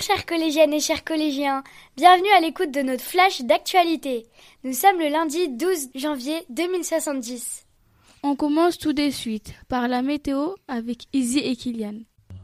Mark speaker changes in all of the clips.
Speaker 1: chères collégiennes et chers collégiens, bienvenue à l'écoute de notre flash d'actualité. Nous sommes le lundi 12 janvier 2070.
Speaker 2: On commence tout de suite par la météo avec Izzy et Kylian.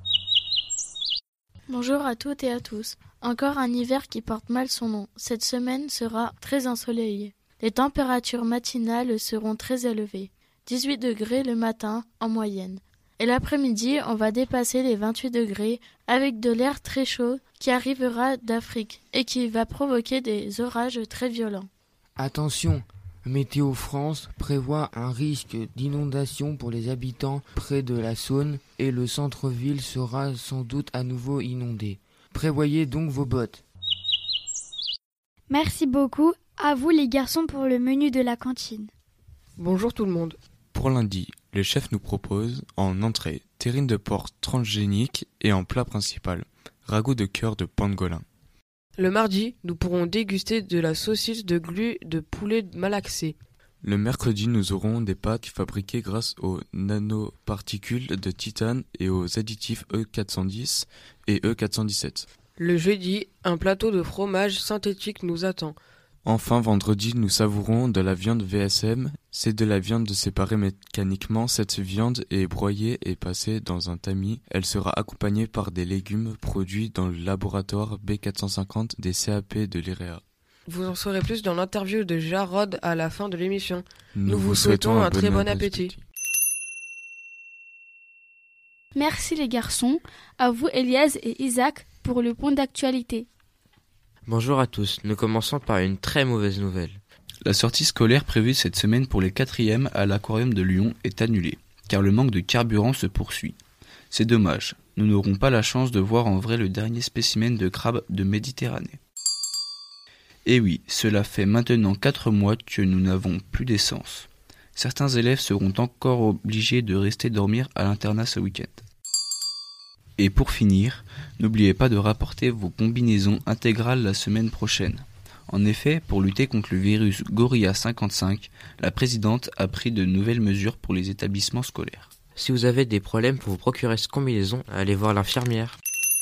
Speaker 3: Bonjour à toutes et à tous. Encore un hiver qui porte mal son nom. Cette semaine sera très ensoleillée. Les températures matinales seront très élevées. 18 degrés le matin en moyenne. Et l'après-midi, on va dépasser les 28 degrés avec de l'air très chaud qui arrivera d'Afrique et qui va provoquer des orages très violents.
Speaker 4: Attention, Météo France prévoit un risque d'inondation pour les habitants près de la Saône et le centre-ville sera sans doute à nouveau inondé. Prévoyez donc vos bottes.
Speaker 1: Merci beaucoup. À vous les garçons pour le menu de la cantine.
Speaker 5: Bonjour tout le monde.
Speaker 6: Pour lundi, le chef nous propose en entrée terrine de porc transgénique et en plat principal ragoût de cœur de pangolin.
Speaker 5: Le mardi, nous pourrons déguster de la saucisse de glu de poulet malaxé.
Speaker 6: Le mercredi, nous aurons des pâtes fabriquées grâce aux nanoparticules de titane et aux additifs E410 et E417.
Speaker 5: Le jeudi, un plateau de fromage synthétique nous attend.
Speaker 6: Enfin, vendredi, nous savourons de la viande VSM. C'est de la viande séparée mécaniquement. Cette viande est broyée et passée dans un tamis. Elle sera accompagnée par des légumes produits dans le laboratoire B450 des CAP de l'IREA.
Speaker 5: Vous en saurez plus dans l'interview de Jarod à la fin de l'émission.
Speaker 6: Nous vous souhaitons un
Speaker 5: très bon appétit.
Speaker 2: Merci les garçons, à vous Elias et Isaac pour le point d'actualité.
Speaker 7: Bonjour à tous, nous commençons par une très mauvaise nouvelle.
Speaker 8: La sortie scolaire prévue cette semaine pour les 4e à l'Aquarium de Lyon est annulée, car le manque de carburant se poursuit. C'est dommage, nous n'aurons pas la chance de voir en vrai le dernier spécimen de crabe de Méditerranée. Et oui, cela fait maintenant 4 mois que nous n'avons plus d'essence. Certains élèves seront encore obligés de rester dormir à l'internat ce week-end. Et pour finir, n'oubliez pas de rapporter vos combinaisons intégrales la semaine prochaine. En effet, pour lutter contre le virus Gorilla 55, la présidente a pris de nouvelles mesures pour les établissements scolaires.
Speaker 7: Si vous avez des problèmes pour vous procurer cette combinaison, allez voir l'infirmière.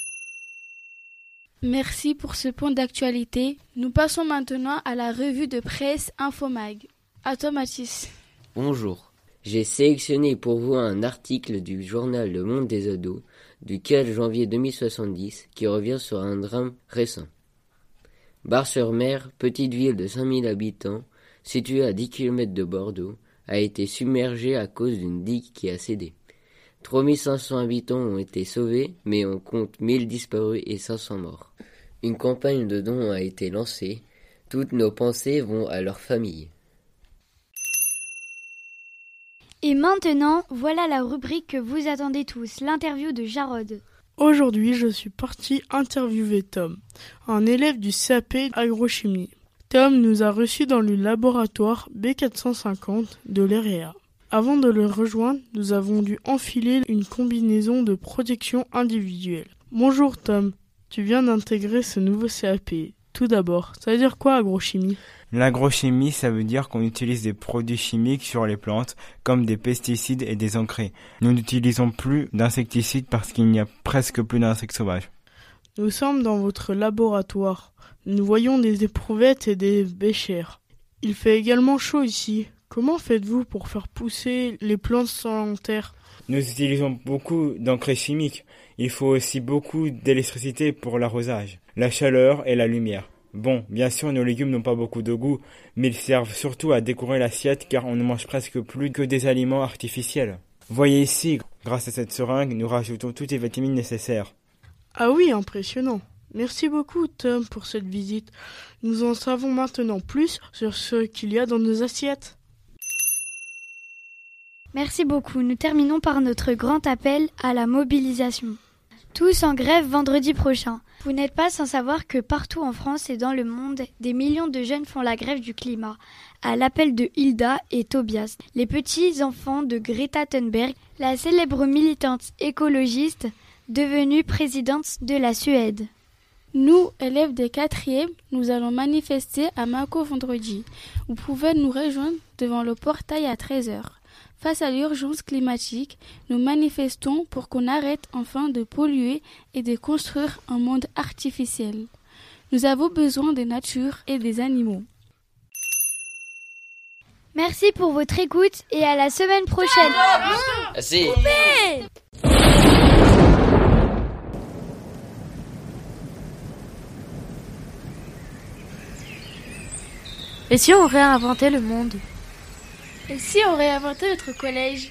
Speaker 2: Merci pour ce point d'actualité. Nous passons maintenant à la revue de presse Infomag. À toi Mathis.
Speaker 9: Bonjour. J'ai sélectionné pour vous un article du journal Le Monde des Ados du 4 janvier 2070 qui revient sur un drame récent. Bar-sur-Mer, petite ville de 5000 habitants, située à 10 km de Bordeaux, a été submergée à cause d'une digue qui a cédé. 3500 habitants ont été sauvés, mais on compte 1000 disparus et 500 morts. Une campagne de dons a été lancée. Toutes nos pensées vont à leurs familles.
Speaker 1: Et maintenant, voilà la rubrique que vous attendez tous, l'interview de Jarod.
Speaker 10: Aujourd'hui, je suis parti interviewer Tom, un élève du CAP agrochimie. Tom nous a reçus dans le laboratoire B450 de l'IREA. Avant de le rejoindre, nous avons dû enfiler une combinaison de protection individuelle. Bonjour Tom, tu viens d'intégrer ce nouveau CAP. Tout d'abord, ça veut dire quoi agrochimie ?
Speaker 11: L'agrochimie, ça veut dire qu'on utilise des produits chimiques sur les plantes, comme des pesticides et des engrais. Nous n'utilisons plus d'insecticides parce qu'il n'y a presque plus d'insectes sauvages.
Speaker 10: Nous sommes dans votre laboratoire. Nous voyons des éprouvettes et des béchères. Il fait également chaud ici. Comment faites-vous pour faire pousser les plantes sans terre ?
Speaker 11: Nous utilisons beaucoup d'engrais chimiques. Il faut aussi beaucoup d'électricité pour l'arrosage, la chaleur et la lumière. Bon, bien sûr, nos légumes n'ont pas beaucoup de goût, mais ils servent surtout à décorer l'assiette car on ne mange presque plus que des aliments artificiels. Voyez ici, grâce à cette seringue, nous rajoutons toutes les vitamines nécessaires.
Speaker 10: Ah oui, impressionnant. Merci beaucoup, Tom, pour cette visite. Nous en savons maintenant plus sur ce qu'il y a dans nos assiettes.
Speaker 1: Merci beaucoup. Nous terminons par notre grand appel à la mobilisation. Tous en grève vendredi prochain. Vous n'êtes pas sans savoir que partout en France et dans le monde, des millions de jeunes font la grève du climat. À l'appel de Hilda et Tobias, les petits-enfants de Greta Thunberg, la célèbre militante écologiste devenue présidente de la Suède.
Speaker 2: Nous, élèves des 4e, nous allons manifester à Mâcon vendredi. Vous pouvez nous rejoindre devant le portail à 13h. Face à l'urgence climatique, nous manifestons pour qu'on arrête enfin de polluer et de construire un monde artificiel. Nous avons besoin des natures et des animaux.
Speaker 1: Merci pour votre écoute et à la semaine prochaine.
Speaker 9: Assez.
Speaker 3: Et si on réinventait le monde?
Speaker 2: Et si on réinventait notre collège?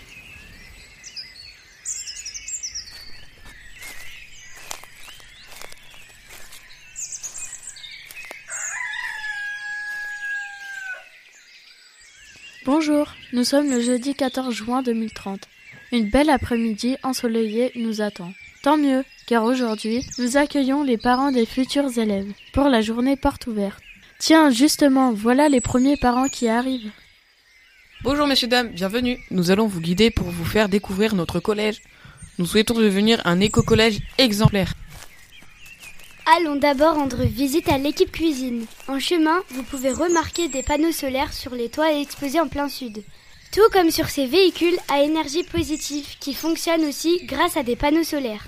Speaker 3: Bonjour, nous sommes le jeudi 14 juin 2030. Une belle après-midi ensoleillée nous attend. Tant mieux, car aujourd'hui, nous accueillons les parents des futurs élèves pour la journée porte ouverte. Tiens, justement, voilà les premiers parents qui arrivent.
Speaker 5: Bonjour messieurs dames, bienvenue. Nous allons vous guider pour vous faire découvrir notre collège. Nous souhaitons devenir un éco-collège exemplaire.
Speaker 1: Allons d'abord rendre visite à l'équipe cuisine. En chemin, vous pouvez remarquer des panneaux solaires sur les toits exposés en plein sud. Tout comme sur ces véhicules à énergie positive qui fonctionnent aussi grâce à des panneaux solaires.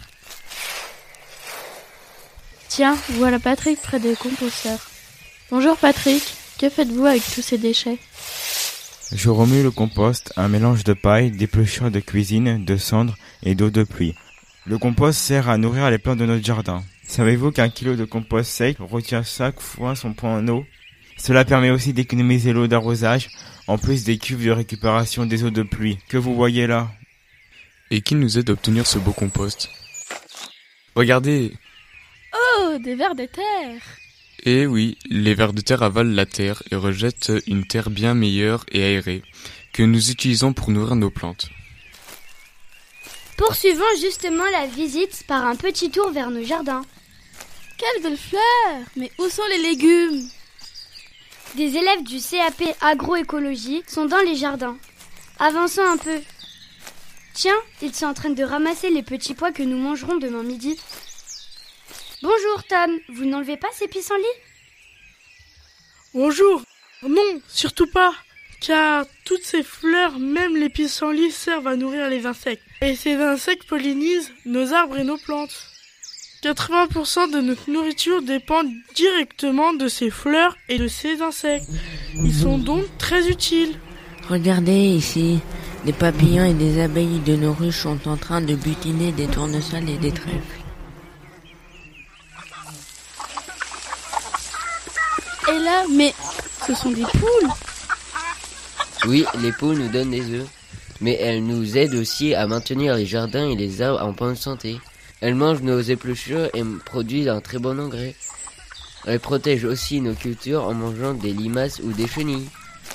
Speaker 3: Tiens, voilà Patrick près des composteurs. Bonjour Patrick, que faites-vous avec tous ces déchets?
Speaker 11: Je remue le compost, un mélange de paille, d'épluchures de cuisine, de cendres et d'eau de pluie. Le compost sert à nourrir les plantes de notre jardin. Savez-vous qu'un kilo de compost sec retient 5 fois son poids en eau? Cela permet aussi d'économiser l'eau d'arrosage, en plus des cuves de récupération des eaux de pluie que vous voyez là.
Speaker 6: Et qui nous aide à obtenir ce beau compost? Regardez!
Speaker 2: Oh, des vers de terre!
Speaker 6: Eh oui, les vers de terre avalent la terre et rejettent une terre bien meilleure et aérée, que nous utilisons pour nourrir nos plantes.
Speaker 1: Poursuivons justement la visite par un petit tour vers nos jardins.
Speaker 2: Quelles belles fleurs! Mais où sont les légumes?
Speaker 1: Des élèves du CAP agroécologie sont dans les jardins. Avançons un peu. Tiens, ils sont en train de ramasser les petits pois que nous mangerons demain midi. Bonjour Tom, vous n'enlevez pas ces pissenlits?
Speaker 10: Bonjour. Non, surtout pas. Car toutes ces fleurs, même les pissenlits, servent à nourrir les insectes. Et ces insectes pollinisent nos arbres et nos plantes. 80% de notre nourriture dépend directement de ces fleurs et de ces insectes. Ils sont donc très utiles.
Speaker 12: Regardez ici, des papillons et des abeilles de nos ruches sont en train de butiner des tournesols et des trèfles.
Speaker 2: Et là, mais ce sont des poules.
Speaker 9: Oui, les poules nous donnent des œufs, mais elles nous aident aussi à maintenir les jardins et les arbres en bonne santé. Elles mangent nos épluchures et produisent un très bon engrais. Elles protègent aussi nos cultures en mangeant des limaces ou des chenilles.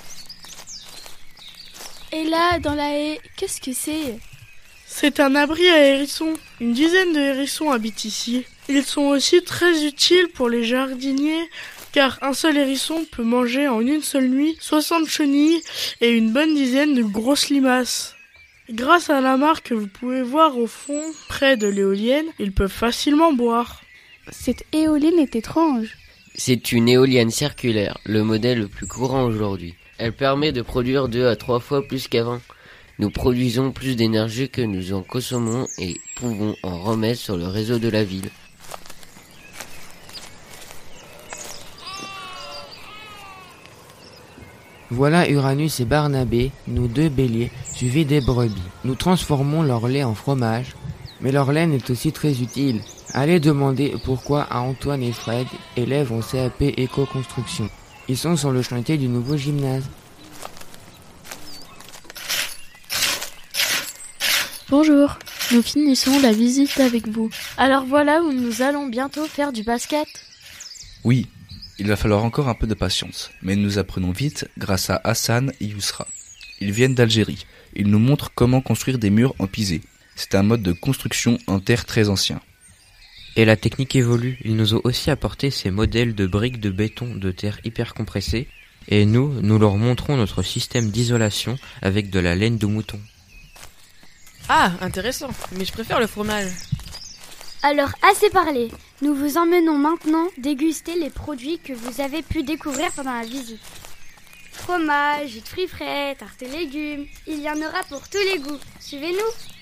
Speaker 2: Et là, dans la haie, qu'est-ce que c'est?
Speaker 10: C'est un abri à hérissons. Une dizaine de hérissons habitent ici. Ils sont aussi très utiles pour les jardiniers, car un seul hérisson peut manger en une seule nuit 60 chenilles et une bonne dizaine de grosses limaces. Grâce à la mare que vous pouvez voir au fond, près de l'éolienne, ils peuvent facilement boire.
Speaker 2: Cette éolienne est étrange.
Speaker 9: C'est une éolienne circulaire, le modèle le plus courant aujourd'hui. Elle permet de produire 2 à 3 fois plus qu'avant. Nous produisons plus d'énergie que nous en consommons et pouvons en remettre sur le réseau de la ville.
Speaker 4: Voilà Uranus et Barnabé, nos 2 béliers, suivis des brebis. Nous transformons leur lait en fromage, mais leur laine est aussi très utile. Allez demander pourquoi à Antoine et Fred, élèves en CAP éco-construction. Ils sont sur le chantier du nouveau gymnase.
Speaker 3: Bonjour, nous finissons la visite avec vous. Alors voilà où nous allons bientôt faire du basket.
Speaker 8: Oui, il va falloir encore un peu de patience, mais nous apprenons vite grâce à Hassan et Yousra. Ils viennent d'Algérie. Ils nous montrent comment construire des murs en pisé. C'est un mode de construction en terre très ancien.
Speaker 7: Et la technique évolue. Ils nous ont aussi apporté ces modèles de briques de béton de terre hyper compressées. Et nous leur montrons notre système d'isolation avec de la laine de mouton.
Speaker 5: Ah, intéressant, mais je préfère le fromage.
Speaker 1: Alors, assez parlé. Nous vous emmenons maintenant déguster les produits que vous avez pu découvrir pendant la visite. fromage, jus de fruits frais, tarte aux légumes. Il y en aura pour tous les goûts. Suivez-nous.